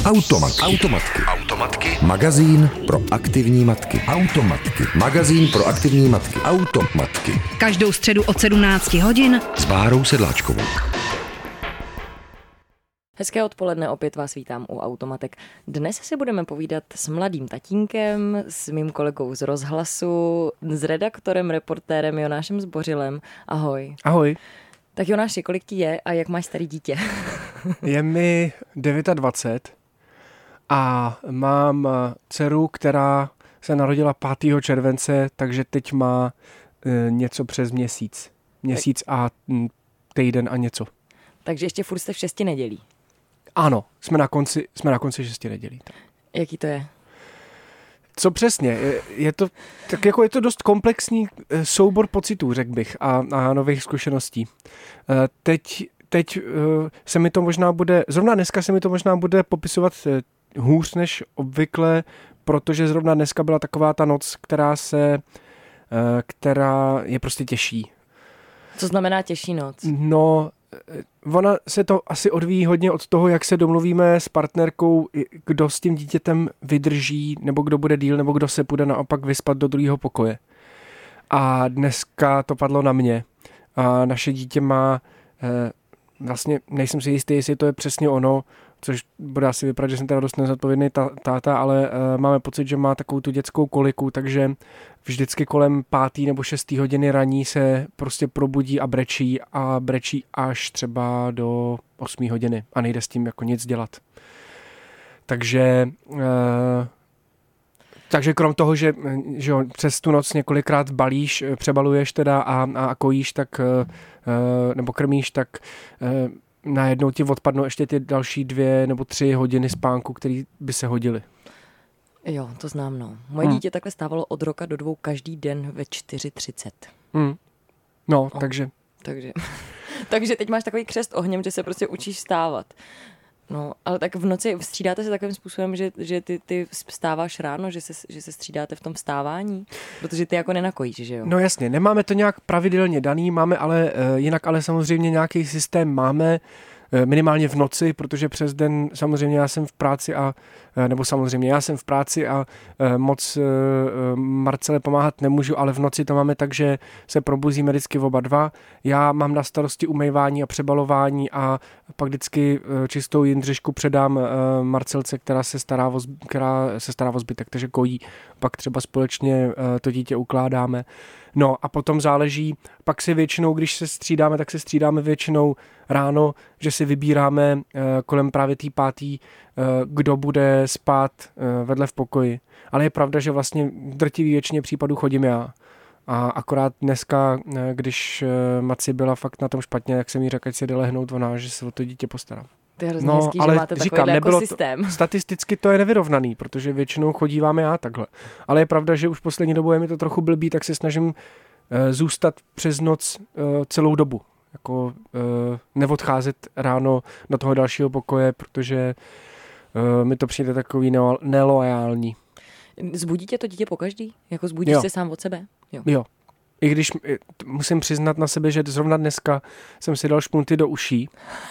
Automatky. Magazín pro aktivní matky. Automatky. Každou středu od 17 hodin S Bárou Sedláčkovou. Hezké odpoledne, opět vás vítám u Automatek. Dnes si budeme povídat s mladým tatínkem, s mým kolegou z Rozhlasu, s redaktorem, reportérem Jonášem Zbořilem. Ahoj. Ahoj. Tak Jonáši, kolik ti je a jak máš starý dítě? Je mi 29 a mám dceru, která se narodila 5. července, takže teď má něco přes měsíc. Měsíc a týden a něco. Takže ještě furt jste v 6 nedělí. Ano, jsme na konci 6 nedělí. Jaký to je? Co přesně? Je to dost komplexní soubor pocitů, řekl bych, a nových zkušeností. Teď se mi to možná bude, zrovna dneska se mi to možná bude popisovat hůř než obvykle, protože zrovna dneska byla taková ta noc, která je prostě těžší. Co znamená těžší noc? No, ona se to asi odvíjí hodně od toho, jak se domluvíme s partnerkou, kdo s tím dítětem vydrží, nebo kdo bude díl, nebo kdo se půjde naopak vyspat do druhého pokoje. A dneska to padlo na mě. A naše dítě má, vlastně nejsem si jistý, jestli to je přesně ono, což bude asi vypadat, že jsem teda dost nezodpovědný táta, ale máme pocit, že má takovou tu dětskou koliku, takže vždycky kolem 5. nebo 6. hodiny raní se prostě probudí a brečí až třeba do 8. hodiny a nejde s tím jako nic dělat. Takže krom toho, že přes tu noc několikrát balíš, přebaluješ teda a kojíš, tak, nebo krmíš, tak najednou ti odpadnou ještě ty další 2 nebo 3 hodiny spánku, které by se hodily. Jo, to znám, no. Moje dítě takhle stávalo od roka do 2 každý den ve 4:30. No, takže. Takže teď máš takový křest ohněm, že se prostě učíš vstávat. No, ale tak v noci střídáte se takovým způsobem, že ty vstáváš ráno, že se střídáte v tom vstávání? Protože ty jako nenakojíš, že jo? No jasně, nemáme to nějak pravidelně daný, máme ale jinak ale samozřejmě nějaký systém máme, minimálně v noci, protože přes den samozřejmě já jsem v práci a moc Marcele pomáhat nemůžu, ale v noci to máme tak, že se probuzíme vždycky oba dva. Já mám na starosti umývání a přebalování a pak vždycky čistou jindřišku předám Marcelce, která se stará o zbytek, takže kojí. Pak třeba společně to dítě ukládáme. No a potom záleží, pak si většinou, když se střídáme, tak se střídáme většinou ráno, že si vybíráme kolem právě té 5. Kdo bude spát vedle v pokoji. Ale je pravda, že vlastně v drtivé většině případů chodím já. A akorát dneska, když Maci byla fakt na tom špatně, jak jsem jí řekl, ať si jde lehnout ona, že se o to dítě postarám. To je hrozně hezký, že máte takovýhle jako systém. Statisticky to je nevyrovnaný, protože většinou chodíváme já takhle. Ale je pravda, že už poslední dobou je mi to trochu blbý, tak se snažím zůstat přes noc celou dobu. Jako neodcházet ráno do toho dalšího pokoje, protože mi to přijde takový neloajální. Zbudí tě to dítě pokaždý? Jako zbudíš se sám od sebe? Jo. I když musím přiznat na sebe, že zrovna dneska jsem si dal špunty do uší,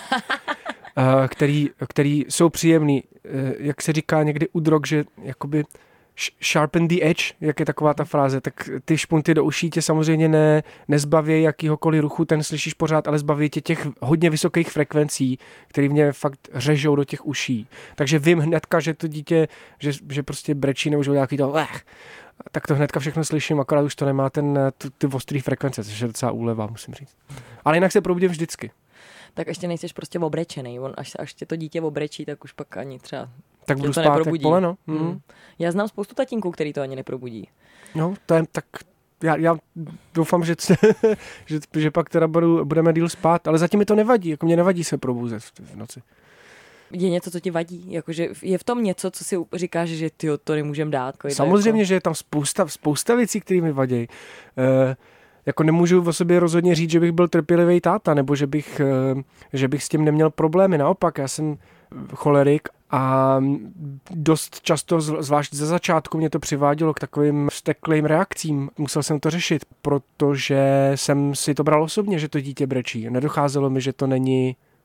který jsou příjemný. Jak se říká někdy u drog, že jakoby sharpen the edge, jak je taková ta fráze, tak ty špunty do uší tě samozřejmě nezbaví jakýhokoliv ruchu, ten slyšíš pořád, ale zbaví tě těch hodně vysokých frekvencí, které mě fakt řežou do těch uší. Takže vím hnedka, že to dítě, že prostě brečí nebo že nějaký to tak to hnedka všechno slyším, akorát už to nemá ty ostrý frekvence, což je docela úleva, musím říct. Ale jinak se probudím vždycky. Tak ještě nejseš prostě obrečenej. Až tě to dítě obrečí, tak už pak ani třeba tak budu spát jak poleno. Já znám spoustu tatínků, který to ani neprobudí. No, to je tak. Já doufám, že pak teda budeme díl spát, ale zatím mi to nevadí. Jako mě nevadí se probuzet v noci. Je něco, co ti vadí? Jakože je v tom něco, co si říkáš, že to nemůžem dát? Samozřejmě, že je tam spousta věcí, které mi vadí. Jako nemůžu o sobě rozhodně říct, že bych byl trpělivý táta, nebo že bych s tím neměl problémy. Naopak, já jsem cholerik a dost často, zvlášť ze začátku, mě to přivádělo k takovým vzteklým reakcím. Musel jsem to řešit, protože jsem si to bral osobně, že to dítě brečí. Nedocházelo mi, že to není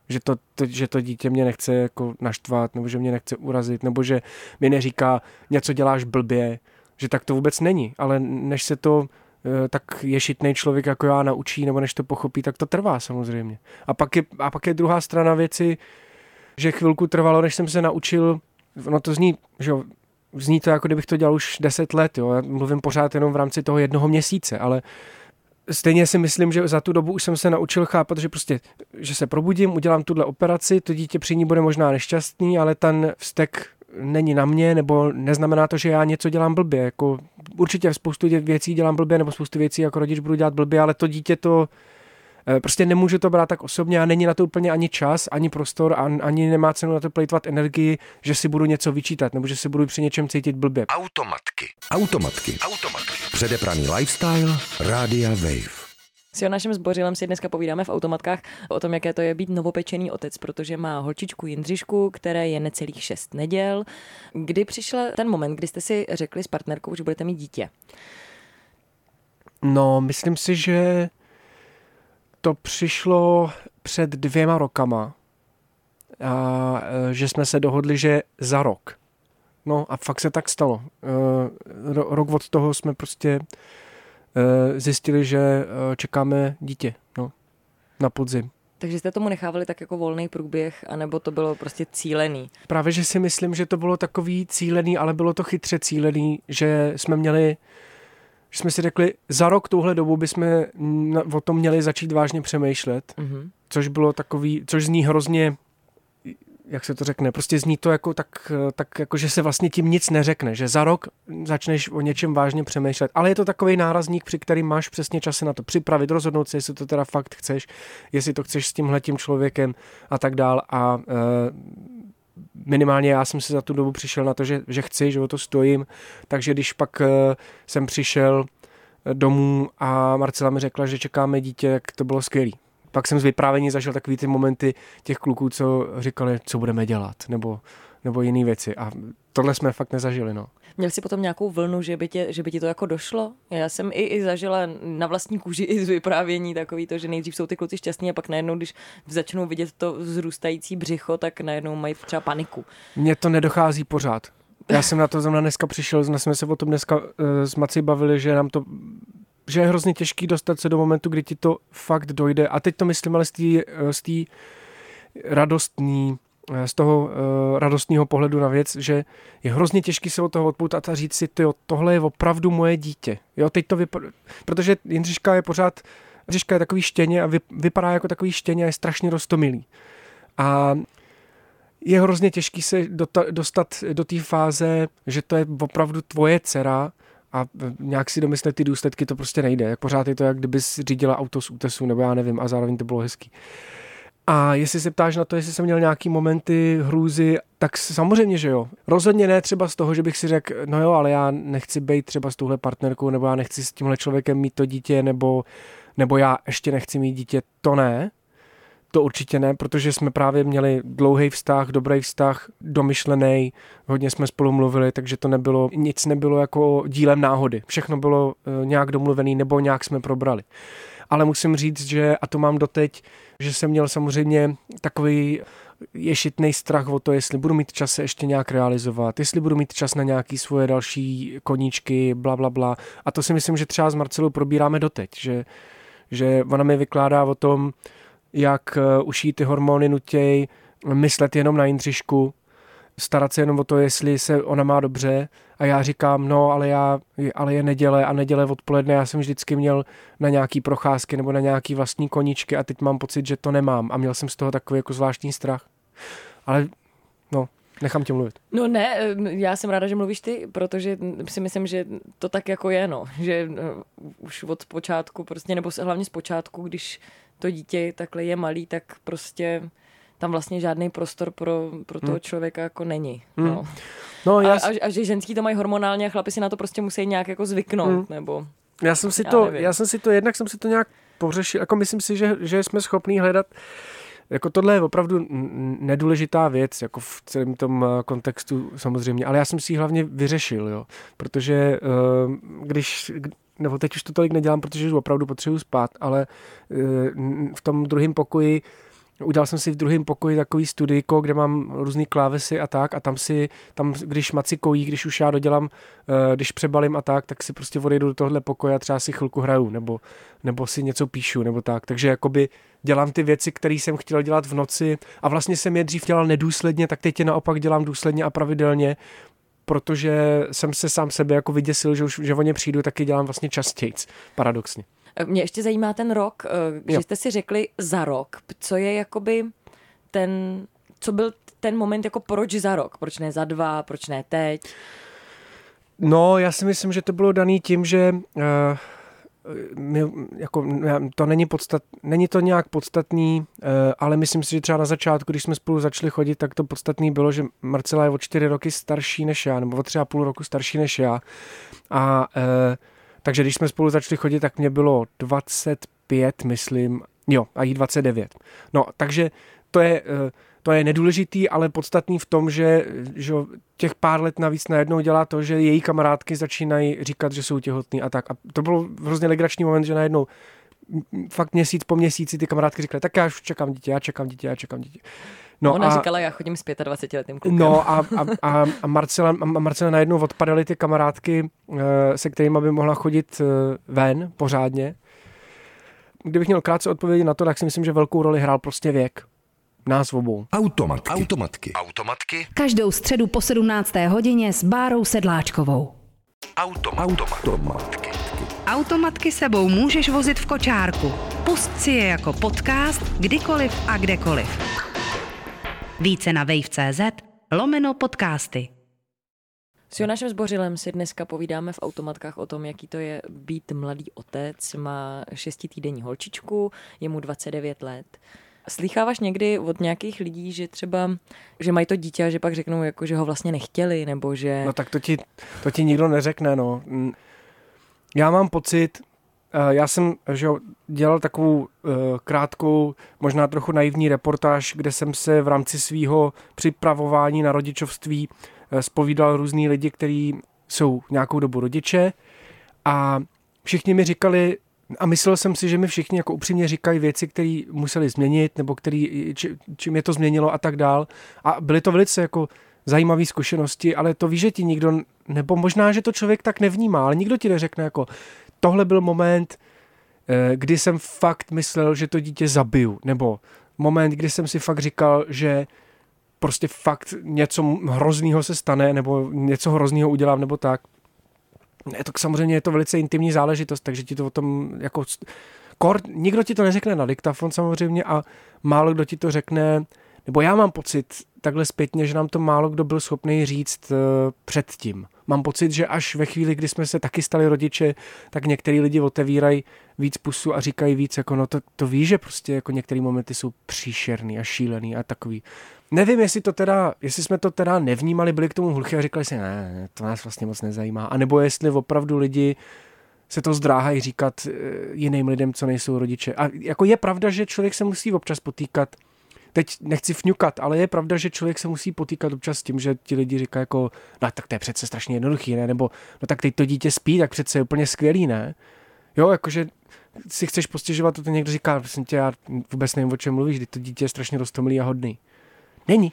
že to dítě mě nechce jako naštvat, nebo že mě nechce urazit, nebo že mi neříká, něco děláš blbě, že tak to vůbec není. Ale než se to tak ješitnej člověk jako já naučí, nebo než to pochopí, tak to trvá samozřejmě. A pak je druhá strana věci, že chvilku trvalo, než jsem se naučil, no to zní, že jo, zní to, jako kdybych to dělal už 10 let, jo. Já mluvím pořád jenom v rámci toho 1 měsíce, ale stejně si myslím, že za tu dobu už jsem se naučil chápat, že prostě, že se probudím, udělám tuhle operaci, to dítě při ní bude možná nešťastný, ale ten vztek není na mě, nebo neznamená to, že já něco dělám blbě. Jako určitě spoustu věcí dělám blbě, nebo spoustu věcí jako rodič budu dělat blbě, ale to dítě to prostě nemůžu to brát tak osobně a není na to úplně ani čas, ani prostor, ani nemá cenu na to plejtvat energii, že si budu něco vyčítat, nebo že si budu při něčem cítit blbě. Automatky. Předepraný lifestyle Rádia Wave. S Jonášem Zbořilem si dneska povídáme v Automatkách o tom, jaké to je být novopečený otec, protože má holčičku Jindřišku, které je necelých 6 neděl. Kdy přišel ten moment, kdy jste si řekli s partnerkou, že budete mít dítě? No, myslím si, že to přišlo před 2 rokama a že jsme se dohodli, že za rok. No a fakt se tak stalo. Rok od toho jsme prostě zjistili, že čekáme dítě, no, na podzim. Takže jste tomu nechávali tak jako volný průběh, anebo to bylo prostě cílený? Právě, že si myslím, že to bylo takový cílený, ale bylo to chytře cílený, že jsme si řekli, za rok touhle dobu bychom o tom měli začít vážně přemýšlet, což bylo takový, což zní hrozně, jak se to řekne, prostě zní to jako tak jako, že se vlastně tím nic neřekne, že za rok začneš o něčem vážně přemýšlet, ale je to takový nárazník, při kterým máš přesně čas se na to připravit, rozhodnout se, jestli to teda fakt chceš, jestli to chceš s tímhletím člověkem a tak dál a minimálně já jsem si za tu dobu přišel na to, že chci, že o to stojím, takže když pak jsem přišel domů a Marcela mi řekla, že čekáme dítě, tak to bylo skvělý. Pak jsem z vyprávění zažil takový ty momenty těch kluků, co říkali, co budeme dělat, nebo jiné věci. A tohle jsme fakt nezažili, no. Měl jsi potom nějakou vlnu, že by ti to jako došlo? Já jsem i zažila na vlastní kůži i z vyprávění takový to, že nejdřív jsou ty kluci šťastní a pak najednou, když začnou vidět to vzrůstající břicho, tak najednou mají třeba paniku. Mně to nedochází pořád. Já jsem na to zrovna dneska přišel, jsme se o tom dneska s Mací bavili, že je hrozně těžký dostat se do momentu, kdy ti to fakt dojde. A teď to myslím ale z toho radostného pohledu na věc, že je hrozně těžký se od toho odpoutat a říct si, tohle je opravdu moje dítě. Jo, teď to protože Jindřiška je takový štěně a vypadá jako takový štěně a je strašně roztomilý. A je hrozně těžký se dostat do té fáze, že to je opravdu tvoje dcera a nějak si domyslet ty důsledky, to prostě nejde. Jak pořád je to, jak kdybys řídila auto z útesu, nebo já nevím, a zároveň to bylo hezký. A jestli se ptáš na to, jestli jsem měl nějaký momenty hrůzy, tak samozřejmě, že jo. Rozhodně ne třeba z toho, že bych si řekl, no jo, ale já nechci být třeba s touhle partnerkou, nebo já nechci s tímhle člověkem mít to dítě, nebo já ještě nechci mít dítě, to ne. To určitě ne, protože jsme právě měli dlouhý vztah, dobrý vztah, domyšlený, hodně jsme spolu mluvili, takže nic nebylo jako dílem náhody. Všechno bylo nějak domluvený nebo nějak jsme probrali. Ale musím říct, že, a to mám doteď, že jsem měl samozřejmě takový ješitnej strach o to, jestli budu mít čas se ještě nějak realizovat, jestli budu mít čas na nějaký svoje další koníčky, blablabla. A to si myslím, že třeba s Marcelou probíráme doteď, že ona mi vykládá o tom, jak už jí ty hormony nutěj myslet jenom na Jindřišku, starat se jenom o to, jestli se ona má dobře a já říkám, no ale je neděle a neděle odpoledne, já jsem vždycky měl na nějaký procházky nebo na nějaký vlastní koníčky a teď mám pocit, že to nemám a měl jsem z toho takový jako zvláštní strach. Ale no, nechám tě mluvit. No ne, já jsem ráda, že mluvíš ty, protože si myslím, že to tak jako je, no, že už od počátku prostě, nebo hlavně z počátku, když to dítě takhle je malý, tak prostě tam vlastně žádný prostor pro toho člověka jako není. No. No, a že ženský to mají hormonálně a chlapi si na to prostě musí nějak jako zvyknout, nebo... Já jsem si to jednak nějak pořešil, jako myslím si, že jsme schopní hledat, jako tohle je opravdu nedůležitá věc, jako v celém tom kontextu samozřejmě, ale já jsem si ji hlavně vyřešil, jo, protože nebo teď už to tolik nedělám, protože už opravdu potřebuji spát, ale v tom druhém pokoji udělal jsem si v druhém pokoji takový studijko, kde mám různý klávesy a tak a tam když Maci kojí, když už já dodělám, když přebalím a tak si prostě odejdu do tohle pokoje a třeba si chvilku hraju, nebo si něco píšu, nebo tak. Takže jakoby dělám ty věci, které jsem chtěl dělat v noci a vlastně jsem je dřív dělal nedůsledně, tak teď je naopak dělám důsledně a pravidelně, protože jsem se sám sebe jako vyděsil, že o ně přijdu, taky dělám vlastně častějc, paradoxně. Mě ještě zajímá ten rok, že jste si řekli za rok, co je jakoby co byl ten moment jako proč za rok, proč ne za 2, proč ne teď? No, já si myslím, že to bylo daný tím, že není to nějak podstatný, ale myslím si, že třeba na začátku, když jsme spolu začali chodit, tak to podstatný bylo, že Marcela je o 4 roky starší než já, nebo o 3,5 roku starší než já. Takže když jsme spolu začali chodit, tak mě bylo 25, myslím, a jí 29. No, takže to je nedůležitý, ale podstatný v tom, že těch pár let navíc najednou dělá to, že její kamarádky začínají říkat, že jsou těhotný a tak. A to byl hrozně legrační moment, že najednou fakt měsíc po měsíci ty kamarádky říkaly, tak já už čekám dítě. No ona říkala, já chodím s 25letým klukem. No a Marcela najednou odpadaly ty kamarádky, se kterými by mohla chodit ven pořádně. Kdybych měl krátce odpovědět na to, tak si myslím, že velkou roli hrál prostě věk. Nás obou. Automatky. Každou středu po 17. hodině s Bárou Sedláčkovou. Automatky. Automatky sebou můžeš vozit v kočárku. Pust si je jako podcast kdykoliv a kdekoliv. Více na wave.cz/podcasty. S Jonášem Zbořilem si dneska povídáme v Automatkách o tom, jaký to je být mladý otec. Má 6týdenní holčičku, je mu 29 let. Slýcháváš někdy od nějakých lidí, že třeba, že mají to dítě a že pak řeknou, jako, že ho vlastně nechtěli, nebo že... No tak to ti nikdo neřekne, no. Já mám pocit, já jsem dělal takovou krátkou, možná trochu naivní reportáž, kde jsem se v rámci svýho připravování na rodičovství zpovídal různý lidi, kteří jsou nějakou dobu rodiče a všichni mi říkali, a myslel jsem si, že mi všichni jako upřímně říkají věci, které museli změnit, nebo čím je to změnilo a tak dál. A byly to velice jako zajímavé zkušenosti, ale to ví, že ti nikdo, nebo možná, že to člověk tak nevnímá, ale nikdo ti neřekne jako tohle byl moment, kdy jsem fakt myslel, že to dítě zabiju, nebo moment, kdy jsem si fakt říkal, že prostě fakt něco hroznýho se stane, nebo něco hroznýho udělám, nebo tak. Samozřejmě je to velice intimní záležitost, takže ti to o tom jako... nikdo ti to neřekne na diktafon samozřejmě a málo kdo ti to řekne, nebo já mám pocit takhle zpětně, že nám to málo kdo byl schopný říct předtím. Mám pocit, že až ve chvíli, kdy jsme se taky stali rodiče, tak některý lidi otevírají víc pusu a říkají víc, jako no to ví, že prostě jako některé momenty jsou příšerný a šílený a takový. Nevím, jestli jsme to teda nevnímali, byli k tomu hluchy a říkali si, ne, to nás vlastně moc nezajímá. A nebo jestli opravdu lidi se to zdráhají říkat jiným lidem, co nejsou rodiče. A jako je pravda, že člověk se musí občas potýkat, teď nechci fňukat, ale je pravda, že člověk se musí potýkat občas s tím, že ti lidi říkají jako, no tak to je přece strašně jednoduchý, ne? Nebo no tak teď to dítě spí, tak přece je úplně skvělý, ne? Jo, jakože si chceš postěžovat, to někdo říká, prosím tě, já vůbec nevím, o čem mluvíš, když to dítě je strašně roztomilý a hodný. Není.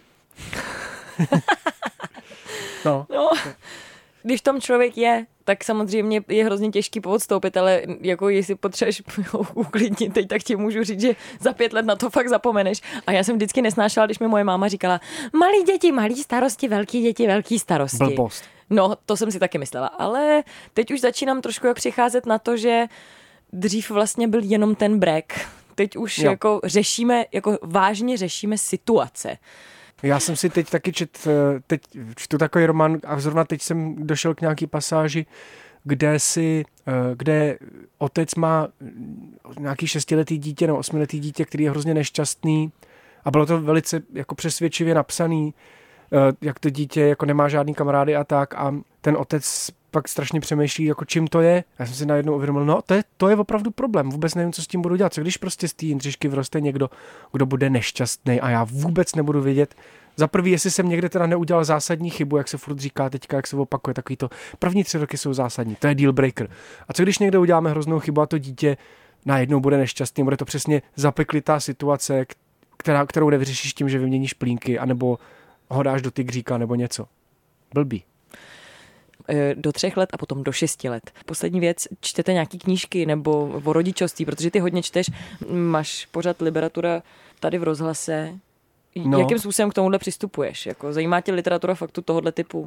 No. Když v tom člověk je, tak samozřejmě je hrozně těžký podstoupit, ale jako jestli potřebuješ uklidnit teď, tak ti můžu říct, že za 5 let na to fakt zapomeneš. A já jsem vždycky nesnášela, když mi moje máma říkala, malí děti, malí starosti, velký děti, velký starosti. Blbost. No, to jsem si taky myslela, ale teď už začínám trošku jak přicházet na to, že dřív vlastně byl jenom ten brek. Teď už jako vážně řešíme situace. Já jsem si teď taky čtu takový román a zrovna teď jsem došel k nějaký pasáži, kde otec má nějaký 6letý dítě nebo 8letý dítě, který je hrozně nešťastný a bylo to velice jako přesvědčivě napsaný, jak to dítě jako nemá žádný kamarády a tak a ten otec pak strašně přemýšlí, jako čím to je. Já jsem si najednou uvědomil, no to je opravdu problém, vůbec nevím, co s tím budu dělat. Co když prostě z té Jindřišky vyroste někdo, kdo bude nešťastný a já vůbec nebudu vědět. Za prvý, jestli jsem někde teda neudělal zásadní chybu, jak se furt říká teďka, jak se opakuje, takový to první 3 roky jsou zásadní, to je deal breaker. A co když někde uděláme hroznou chybu a to dítě najednou bude nešťastný, bude to přesně zapeklitá situace, kterou nevyřešíš tím, že vyměníš plínky, anebo ho dáš do tygříka nebo něco. Blbý. Do 3 let a potom do 6 let. Poslední věc, čtete nějaký knížky nebo o rodičovství, protože ty hodně čteš, máš pořád Liberatura tady v rozhlase. No. Jakým způsobem k tomuhle přistupuješ? Jako, zajímá tě literatura faktu tohohle typu?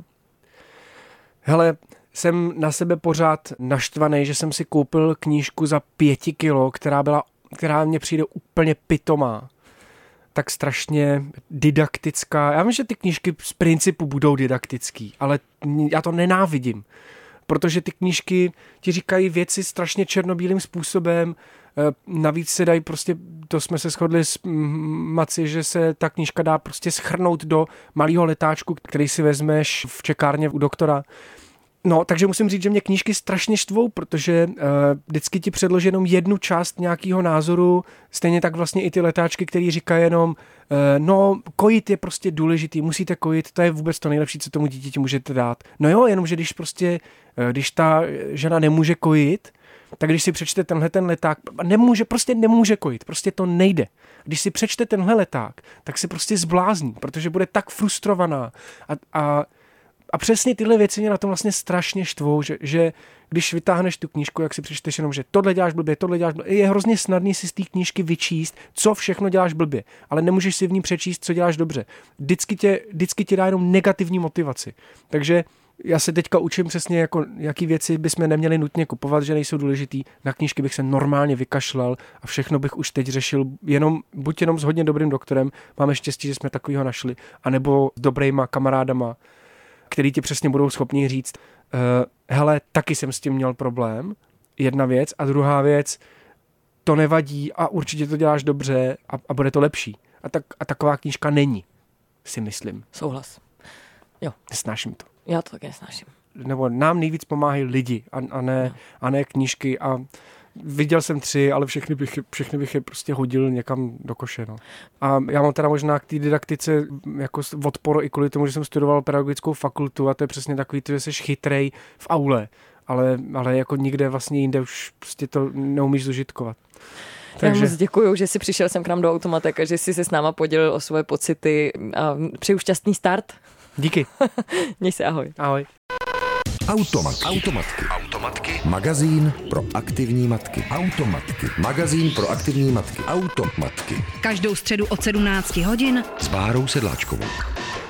Hele, jsem na sebe pořád naštvaný, že jsem si koupil knížku za 5 kilo, která mně přijde úplně pitomá. Tak strašně didaktická. Já vím, že ty knížky z principu budou didaktický, ale já to nenávidím. Protože ty knížky ti říkají věci strašně černobílým způsobem. Navíc se dají prostě, to jsme se shodli s Maci, že se ta knížka dá prostě schrnout do malého letáčku, který si vezmeš v čekárně u doktora. No, takže musím říct, že mě knížky strašně štvou, protože vždycky ti předloží jenom jednu část nějakého názoru, stejně tak vlastně i ty letáčky, který říkají jenom, no, kojit je prostě důležitý, musíte kojit, to je vůbec to nejlepší, co tomu dítěti můžete dát. No jo, jenomže když ta žena nemůže kojit, tak když si přečte tenhle ten leták, nemůže kojit, prostě to nejde. Když si přečte tenhle leták, tak se prostě zblázní, protože bude tak frustrovaná a přesně tyhle věci mě na tom vlastně strašně štvou, že když vytáhneš tu knížku, jak si přečteš jenom, že tohle děláš blbě, je hrozně snadný si z té knížky vyčíst, co všechno děláš blbě, ale nemůžeš si v ní přečíst, co děláš dobře. Vždycky ti dá jenom negativní motivaci. Takže já se teďka učím přesně, jako, jaký věci bychom neměli nutně kupovat, že nejsou důležitý. Na knížky bych se normálně vykašlal a všechno bych už teď řešil buď jenom s hodně dobrým doktorem, máme štěstí, že jsme takovýho našli, anebo s dobrýma kamarádama, který ti přesně budou schopni říct, hele, taky jsem s tím měl problém, jedna věc, a druhá věc, to nevadí a určitě to děláš dobře a bude to lepší. A taková knížka není, si myslím. Souhlas. Jo. Nesnáším to. Já to taky nesnáším. Nebo nám nejvíc pomáhají lidi a ne knížky a viděl jsem 3, ale všechny bych je prostě hodil někam do koše. No. A já mám teda možná k té didaktice jako odpor i kvůli tomu, že jsem studoval pedagogickou fakultu a to je přesně takový, že jsi chytrej v aule, ale jako nikde vlastně jinde už prostě to neumíš zužitkovat. Takže... Já moc děkuju, že jsi přišel sem k nám do Automatek a že jsi se s náma podělil o svoje pocity a přeju šťastný start. Díky. Měj se, ahoj. Ahoj. Automatky. Magazín pro aktivní matky. Automatky. Magazín pro aktivní matky. Automatky. Každou středu od 17 hodin s Bárou Sedláčkovou.